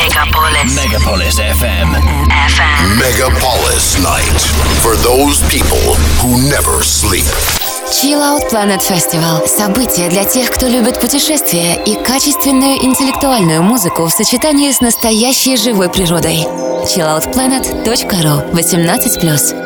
Megapolis FM. Megapolis Night. For those people who never sleep. Chill Out Planet Festival – событие для тех, кто любит путешествия и качественную интеллектуальную музыку в сочетании с настоящей живой природой. chilloutplanet.ru 18+.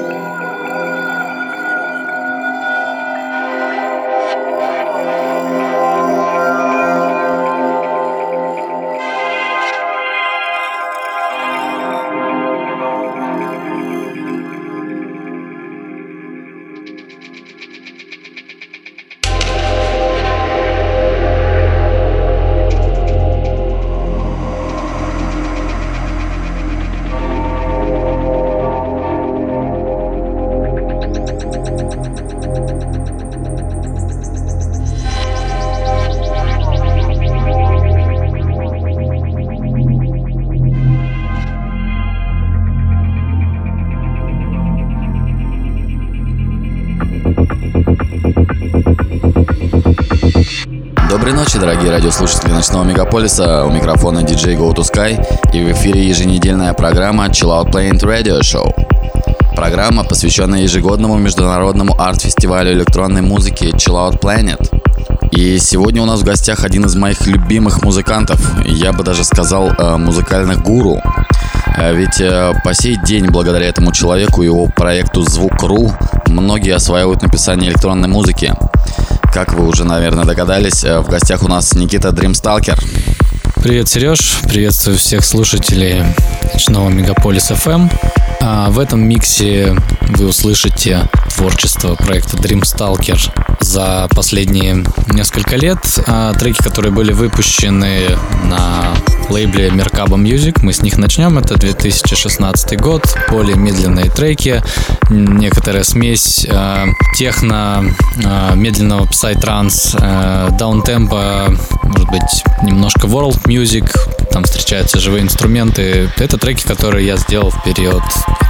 Доброй ночи, дорогие радиослушатели Ночного Мегаполиса. У микрофона диджей Go to Sky, и в эфире еженедельная программа Chill Out Planet Radio Show. Программа, посвященная ежегодному международному арт-фестивалю электронной музыки Chill Out Planet. И сегодня у нас в гостях один из моих любимых музыкантов, я бы даже сказал музыкальных гуру. Ведь по сей день, благодаря этому человеку и его проекту Звук.ру, многие осваивают написание электронной музыки. Как вы уже, наверное, догадались, в гостях у нас Никита Dreamstalker. Привет, Сереж. Приветствую всех слушателей Ночного Мегаполис FM. В этом миксе вы услышите творчество проекта Dreamstalker за последние несколько лет. Треки, которые были выпущены на лейбле Merkaba Music, мы с них начнем. Это 2016 год, более медленные треки, некоторая смесь техно, медленного псай-транс, даунтемпа, может быть, немножко world music, там встречаются живые инструменты. Это треки, которые я сделал в период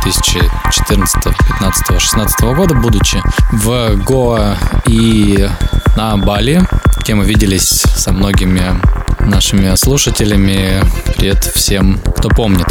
2014, 15, 16 года, будучи в Гоа и на Бали, где мы виделись со многими нашими слушателями. Привет всем, кто помнит.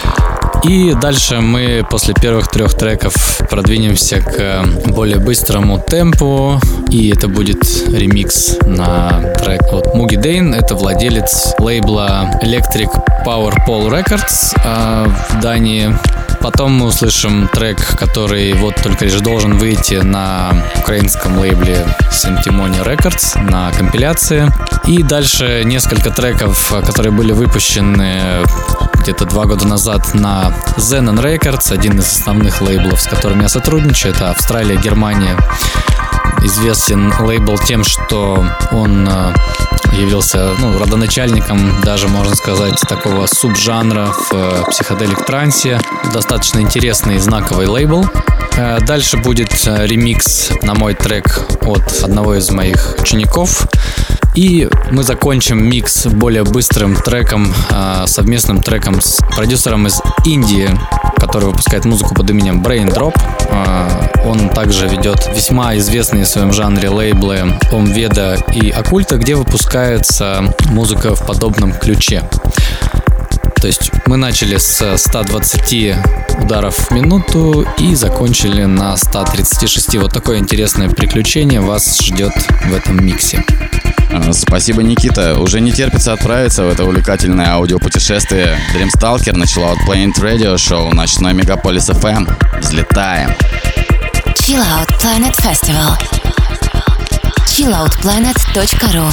И дальше мы после первых 3 треков продвинемся к более быстрому темпу. И это будет ремикс на трек от Муги Дейн. Это владелец лейбла Electric Power Pole Records в Дании. Потом мы услышим трек, который вот только лишь должен выйти на украинском лейбле Sentimony Records на компиляции. И дальше несколько треков, которые были выпущены где-то 2 года назад на Zenon Records, один из основных лейблов, с которым я сотрудничаю. Это Австралия, Германия. Известен лейбл тем, что он явился родоначальником, даже можно сказать, такого субжанра в психоделик-трансе. Достаточно интересный и знаковый лейбл. Дальше будет ремикс на мой трек от одного из моих учеников. И мы закончим микс более быстрым треком, совместным треком с продюсером из Индии, который выпускает музыку под именем Brain Drop. Он также ведет весьма известные в своем жанре лейблы Om Veda и Оккульта, где выпускается музыка в подобном ключе. То есть мы начали с 120 ударов в минуту и закончили на 136. Вот такое интересное приключение вас ждет в этом миксе. Спасибо, Никита. Уже не терпится отправиться в это увлекательное аудиопутешествие. Dreamstalker на Chill Out Planet Radio Show, Ночной Мегаполис FM. Взлетаем. Chill Out Planet Festival. chilloutplanet.ru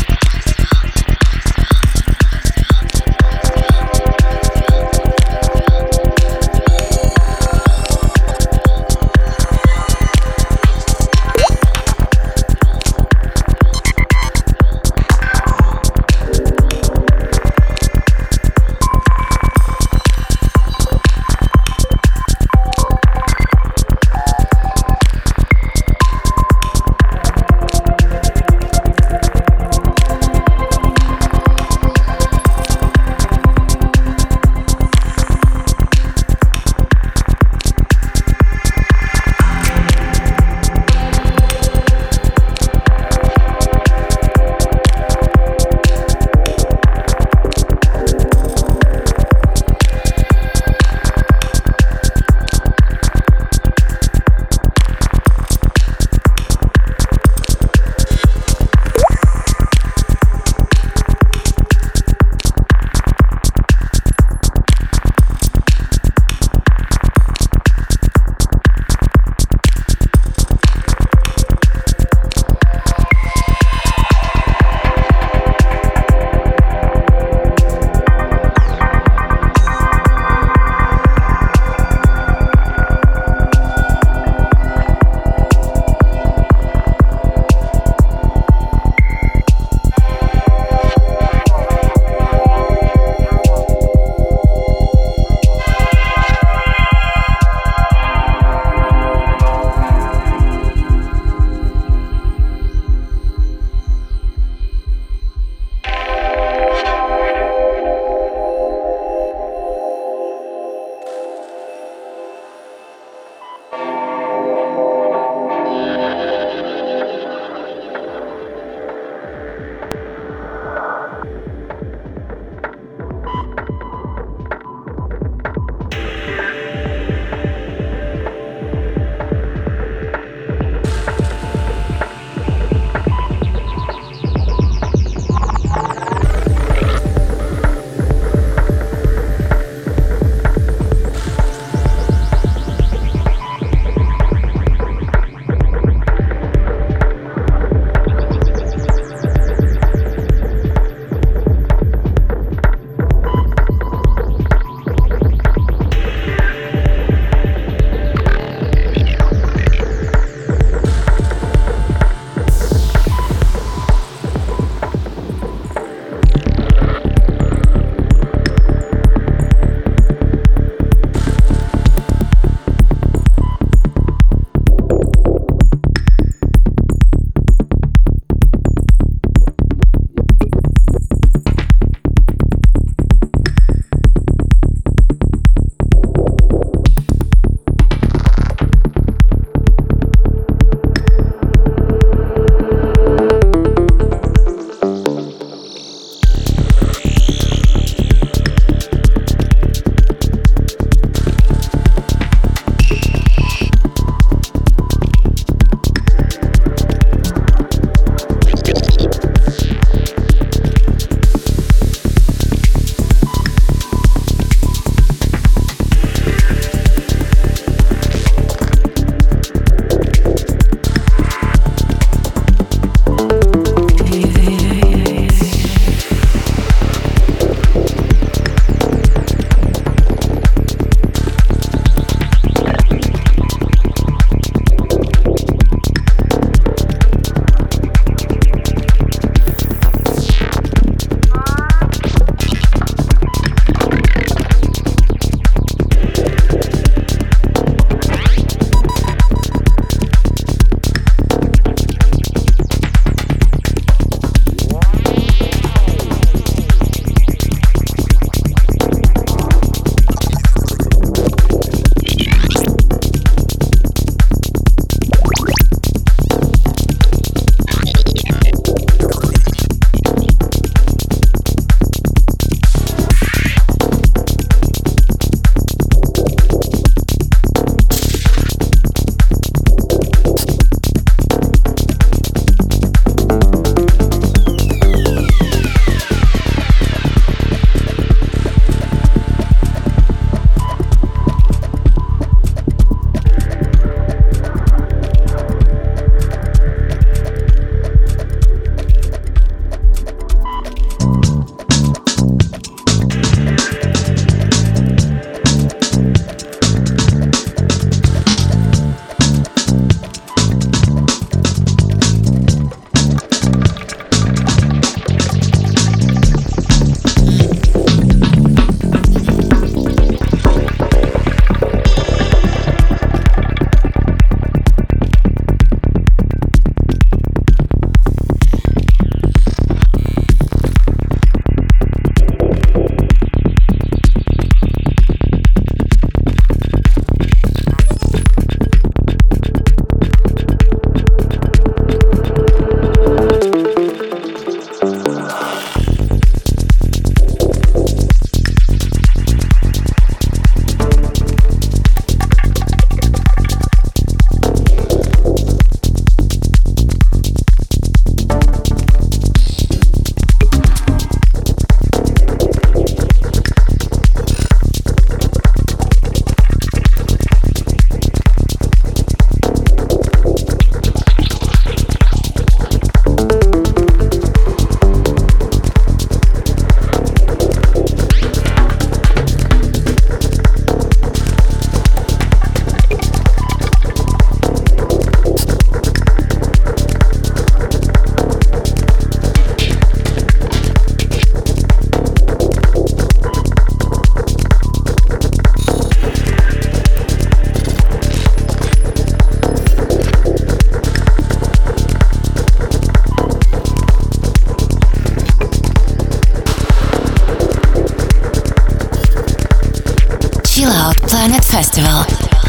Out Planet Festival.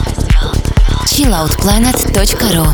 chilloutplanet.ru.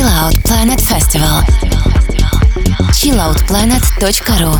Chill Out Planet Festival. chilloutplanet.ru.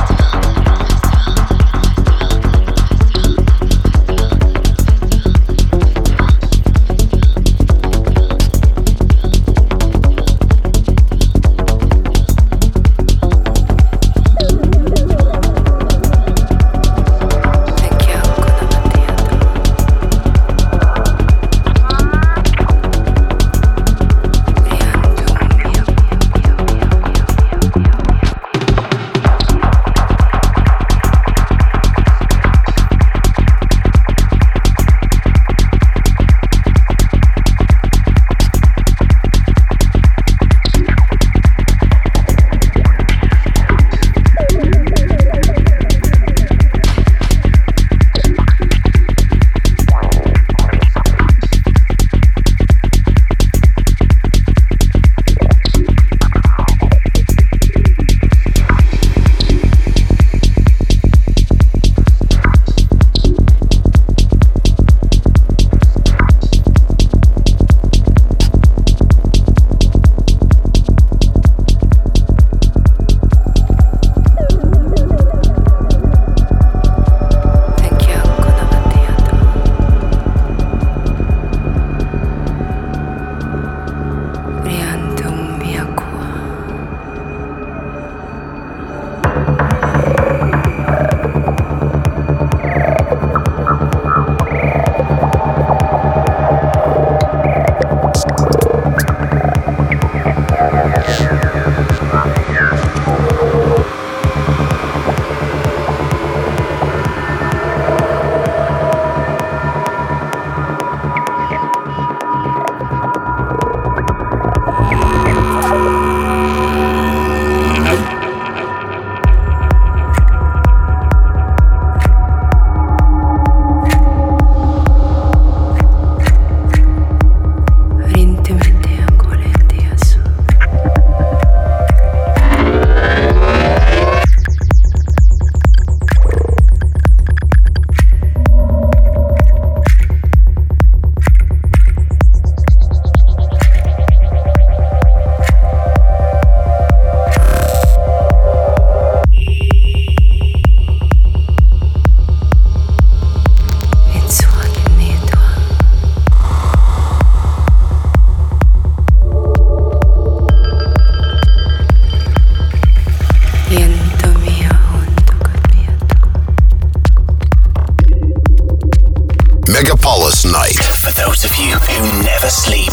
Megapolis Night. For those of you who never sleep.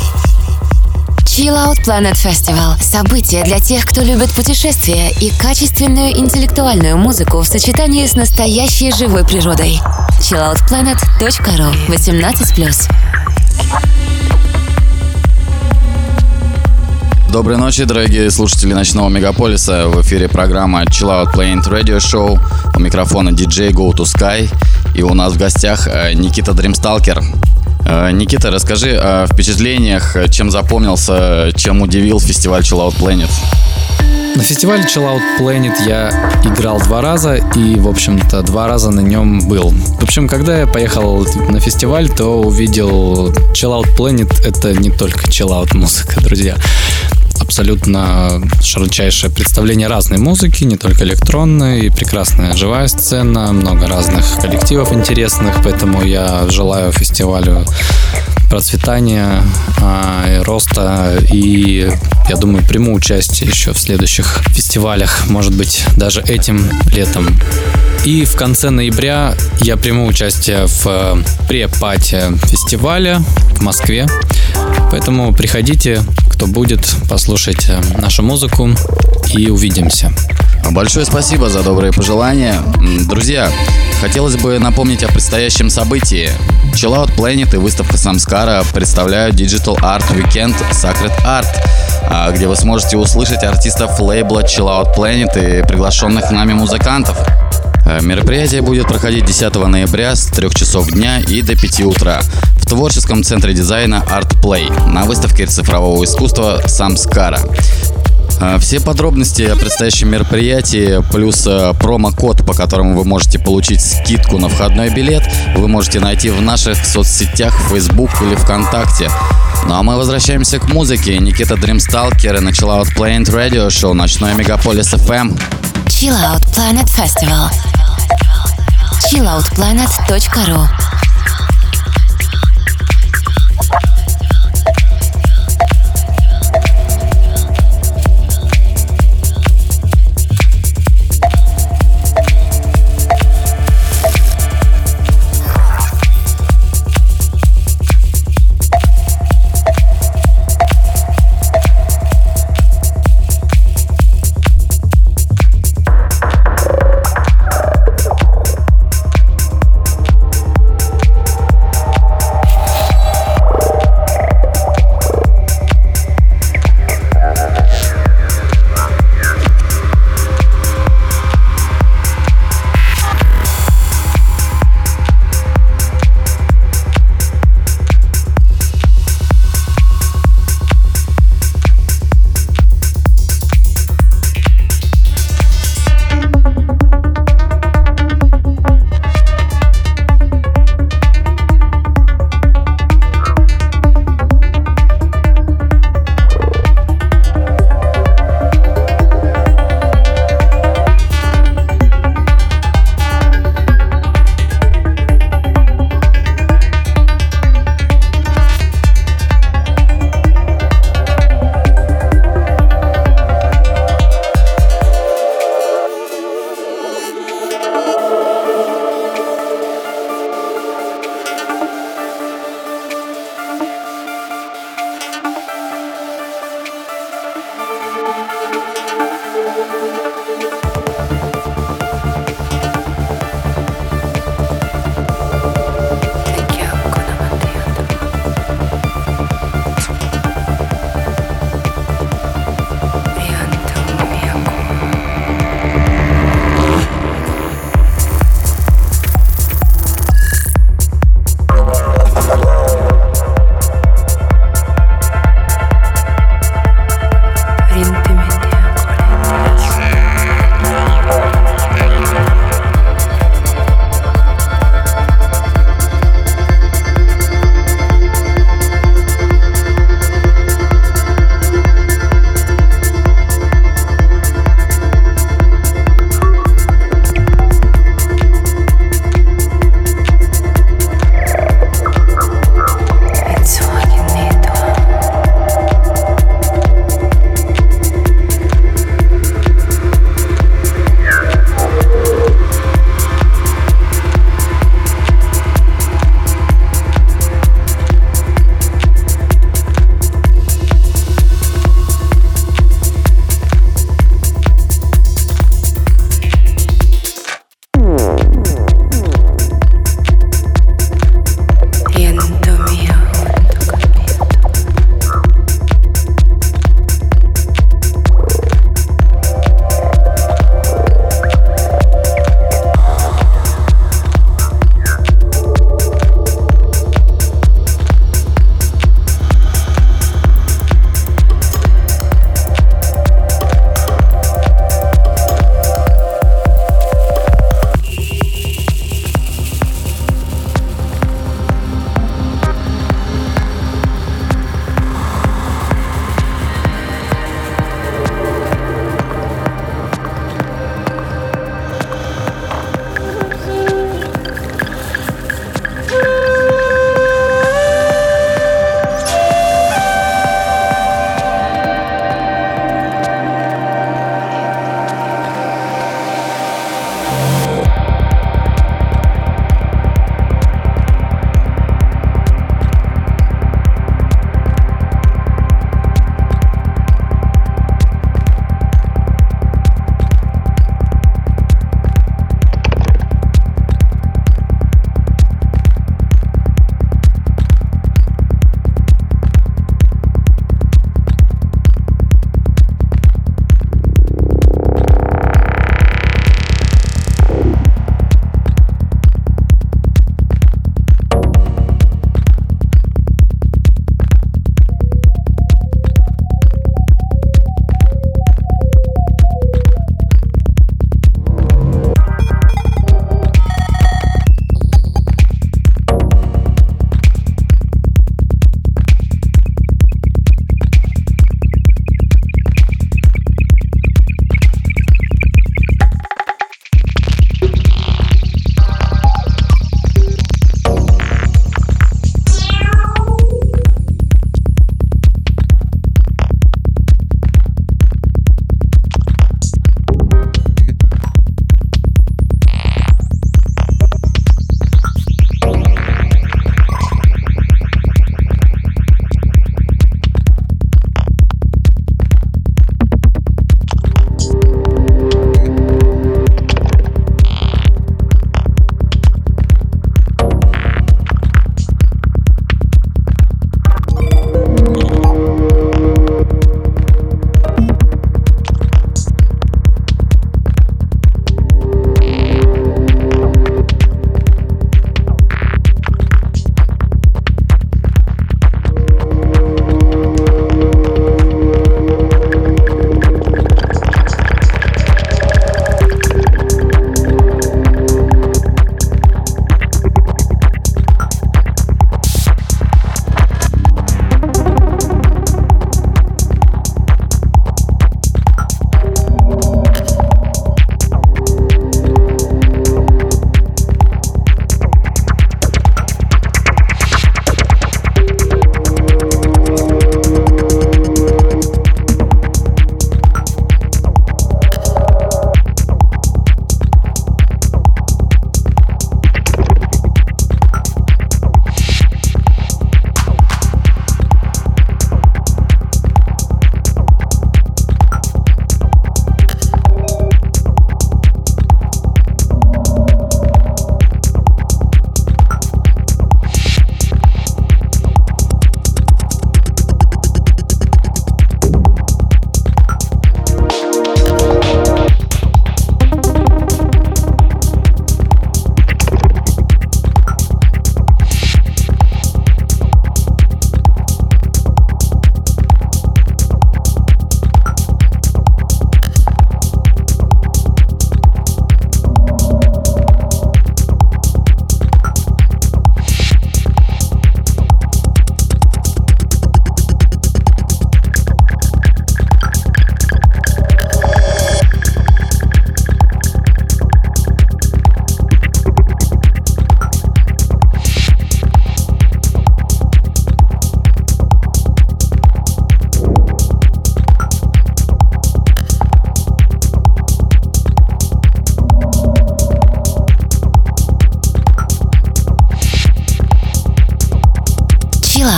Chill Out Planet Festival. Событие для тех, кто любит путешествия и качественную интеллектуальную музыку в сочетании с настоящей живой природой. chilloutplanet.ru. 18+. Доброй ночи, дорогие слушатели Ночного Мегаполиса. В эфире программа Chill Out Planet Radio Show. У микрофона DJ Go to Sky. И у нас в гостях Никита Дримсталкер. Никита, расскажи о впечатлениях, чем запомнился, чем удивил фестиваль Chill Out Planet. На фестивале Chill Out Planet я играл 2 раза и, в общем-то, 2 раза на нем был. В общем, когда я поехал на фестиваль, то увидел Chill Out Planet — это не только chill out музыка, друзья. Абсолютно широчайшее представление разной музыки, не только электронной, прекрасная живая сцена, много разных коллективов интересных, поэтому я желаю фестивалю процветания, роста, и я думаю, приму участие еще в следующих фестивалях, может быть, даже этим летом. И в конце ноября я приму участие в пре-пати фестиваля в Москве. Поэтому приходите, кто будет, послушайте нашу музыку, и увидимся. Большое спасибо за добрые пожелания. Друзья, хотелось бы напомнить о предстоящем событии. Chill Out Planet и выставка Samskara представляют Digital Art Weekend Sacred Art, где вы сможете услышать артистов лейбла Chill Out Planet и приглашенных нами музыкантов. Мероприятие будет проходить 10 ноября с 3 часов дня и до 5 утра в творческом центре дизайна Art Play на выставке цифрового искусства Samskara. Все подробности о предстоящем мероприятии плюс промокод, по которому вы можете получить скидку на входной билет, вы можете найти в наших соцсетях Facebook или ВКонтакте. Ну а мы возвращаемся к музыке. Никита Dreamstalker и на Chill Out Planet Radio Show «Ночной Мегаполис FM». Chill Out Planet Festival. chilloutplanet.ru.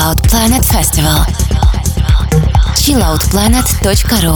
Out Planet Festival. chilloutplanet.ru.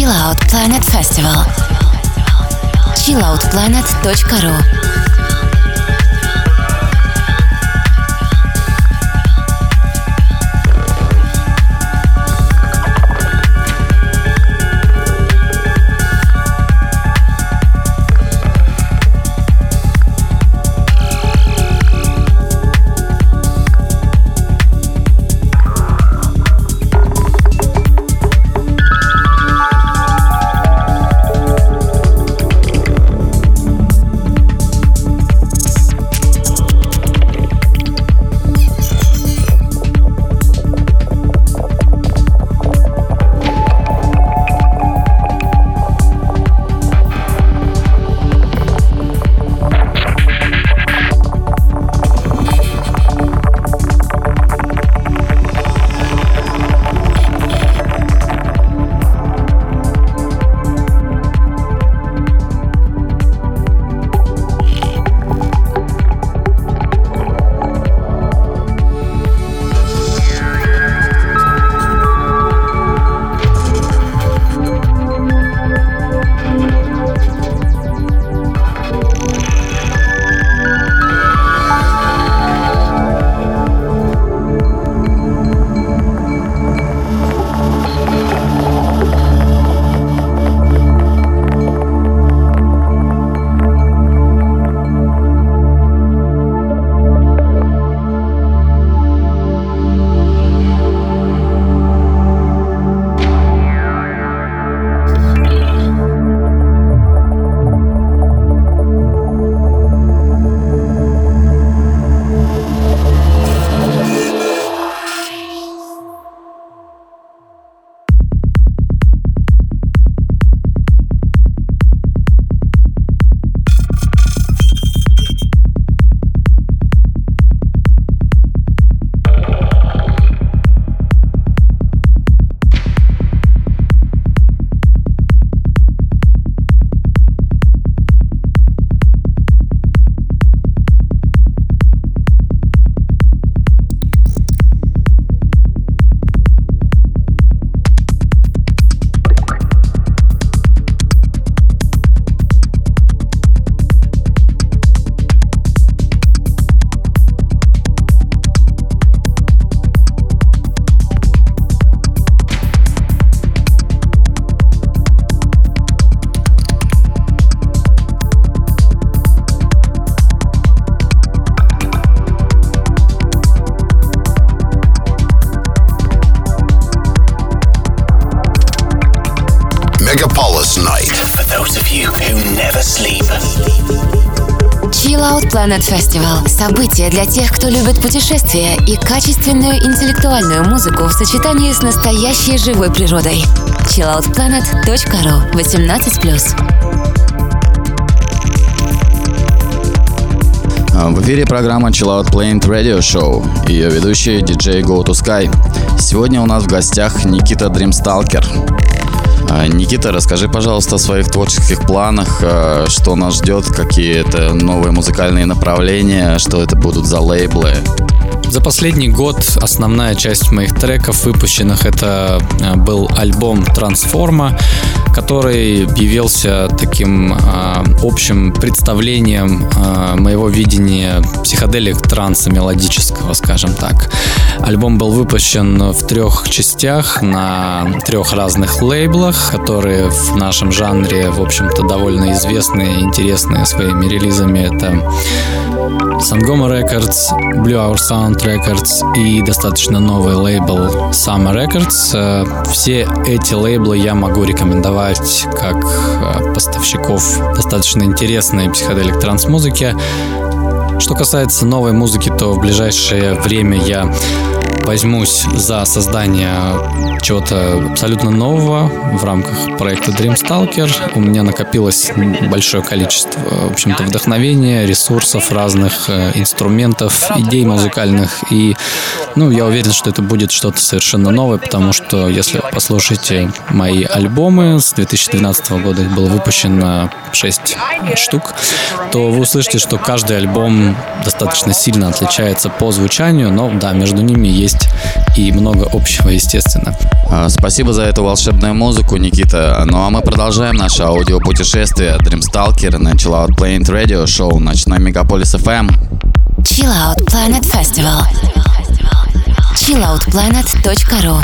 Chill Out Planet Festival. chilloutplanet.ru. Megapolis Night. For those of you who never sleep. Chill Out Planet Festival. Событие для тех, кто любит путешествия и качественную интеллектуальную музыку в сочетании с настоящей живой природой. chilloutplanet.ru. 18+. В эфире программа Chill Out Planet Radio Show и ее ведущий DJ Go to Sky. Сегодня у нас в гостях Никита Dreamstalker. Никита, расскажи, пожалуйста, о своих творческих планах, что нас ждет, какие это новые музыкальные направления, что это будут за лейблы. За последний год основная часть моих треков выпущенных это был альбом «Трансформа», который явился таким общим представлением моего видения психоделик транса мелодического, скажем так. Альбом был выпущен в 3 частях на 3 разных лейблах, которые в нашем жанре, в общем-то, довольно известные и интересные своими релизами. Это Sangoma Records, Blue Hour Sound Records и достаточно новый лейбл Summer Records. Все эти лейблы я могу рекомендовать как поставщиков достаточно интересной психоделик транс-музыки. Что касается новой музыки, то в ближайшее время я возьмусь за создание чего-то абсолютно нового в рамках проекта Dreamstalker. У меня накопилось большое количество, в общем-то, вдохновения, ресурсов, разных инструментов, идей музыкальных. И, я уверен, что это будет что-то совершенно новое, потому что, если вы послушаете мои альбомы, с 2012 года их было выпущено 6 штук, то вы услышите, что каждый альбом достаточно сильно отличается по звучанию, но, да, между ними есть есть и много общего, естественно. Спасибо за эту волшебную музыку, Никита. Ну а мы продолжаем наше аудиопутешествие Dreamstalker на Chill Out Planet Radio Show «Ночной Мегаполис FM». Chill Out Planet Festival. chilloutplanet.ru.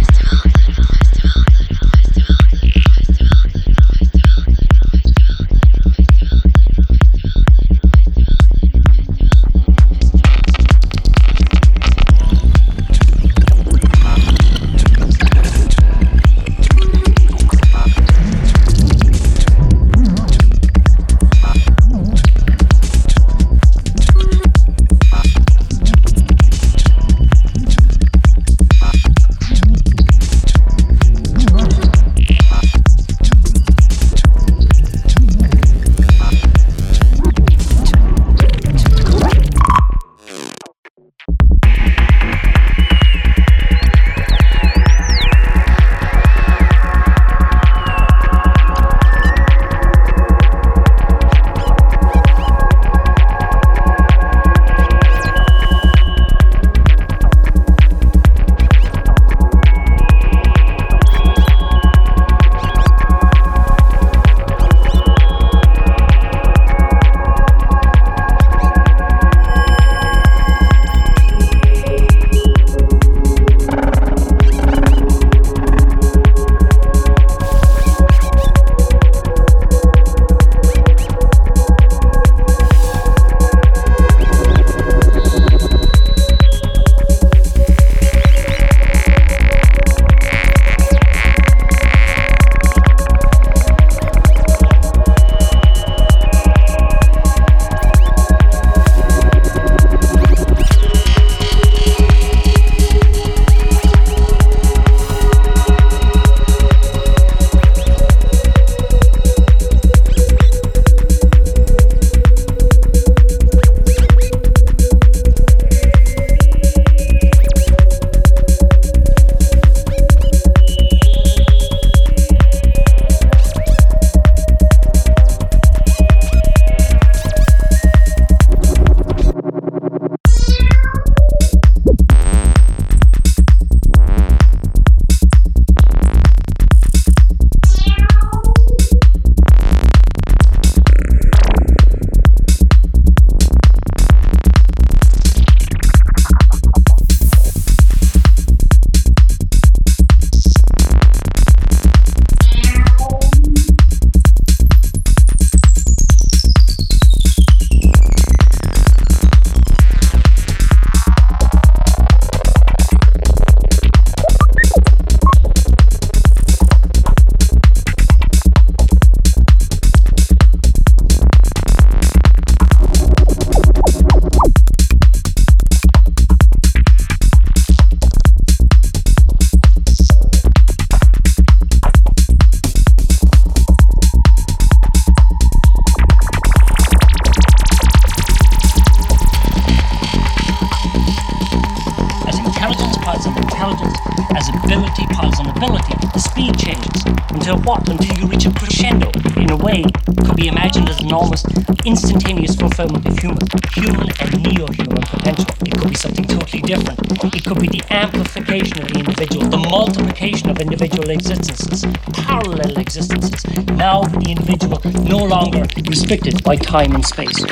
Until you reach a crescendo. In a way, it could be imagined as an almost instantaneous fulfillment of human and neo-human potential. It could be something totally different. It could be the amplification of the individual, the multiplication of individual existences, parallel existences, now with the individual no longer restricted by time and space.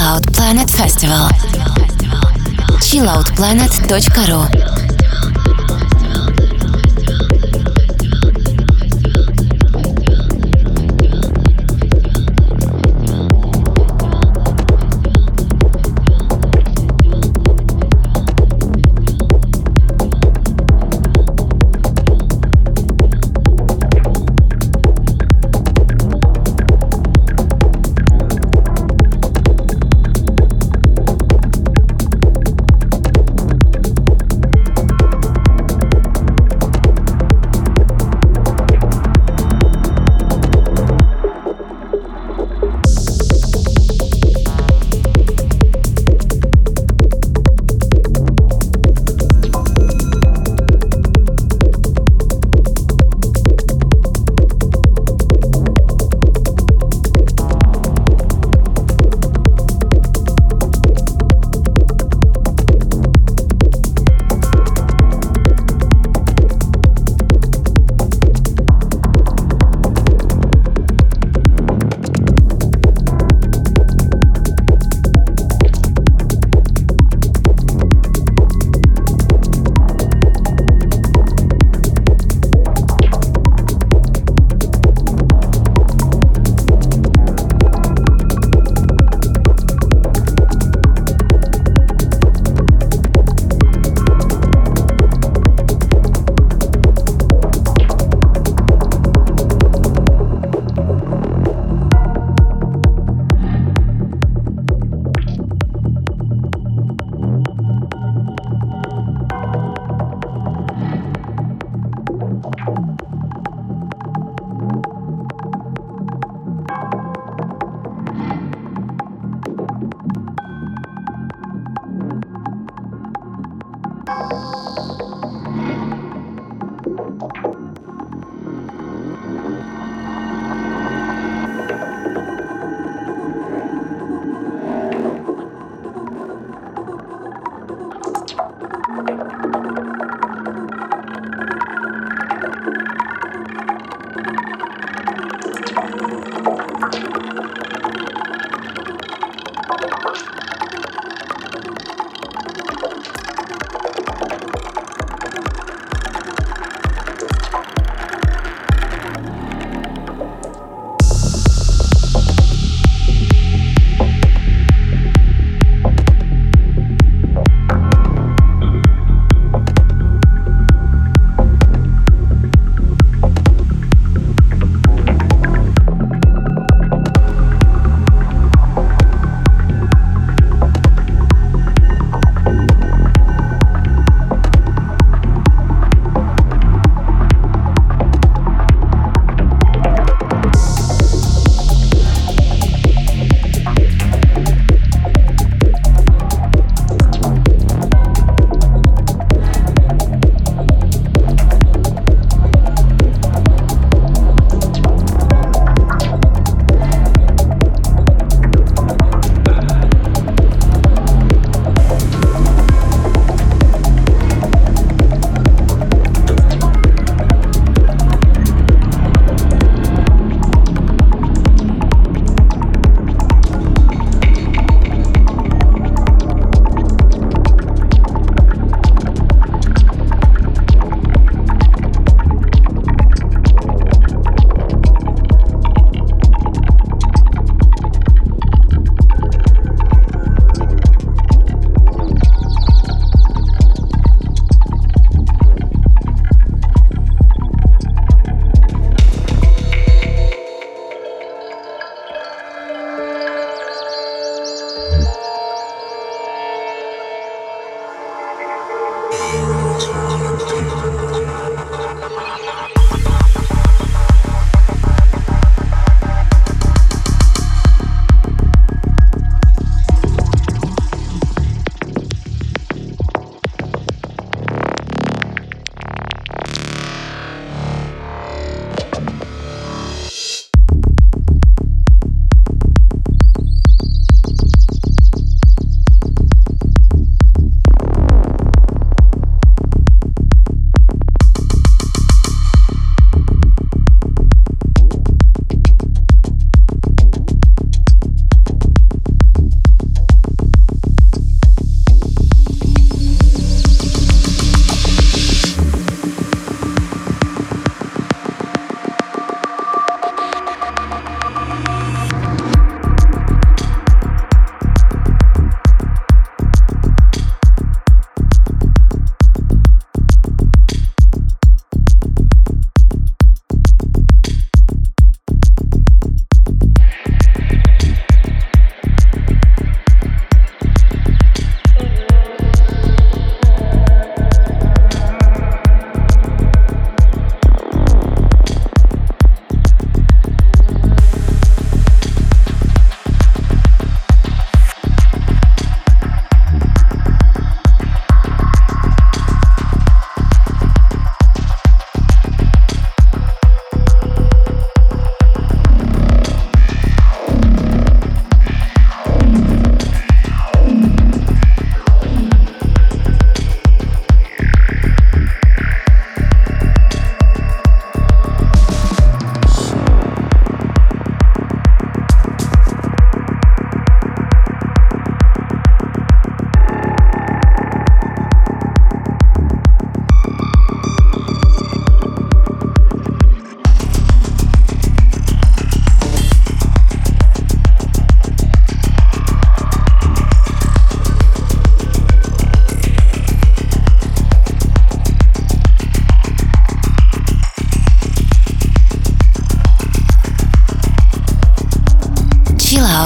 Out Planet Festival. chilloutplanet.ru.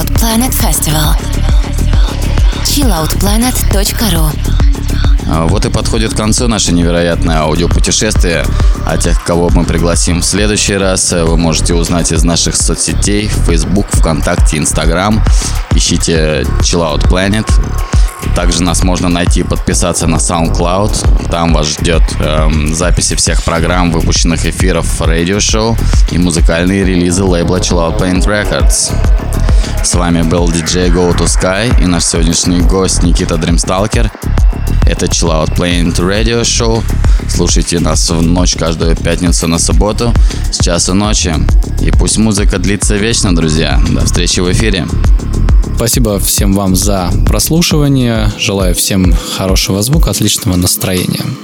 Out Planet Festival. chilloutplanet.ru. Вот и подходит к концу наше невероятное аудиопутешествие. А тех, кого мы пригласим в следующий раз, вы можете узнать из наших соцсетей: Facebook, ВКонтакте, Instagram. Ищите Chill Out Planet. Также нас можно найти и подписаться на SoundCloud. Там вас ждет записи всех программ, выпущенных эфиров радиошоу и музыкальные релизы лейбла Chill Out Planet Records. С вами был DJ Go to Sky и наш сегодняшний гость Никита Dreamstalker. Это Chill Out Planet Radio Show. Слушайте нас в ночь каждую пятницу на субботу с часу ночи. И пусть музыка длится вечно, друзья. До встречи в эфире. Спасибо всем вам за прослушивание. Желаю всем хорошего звука, отличного настроения.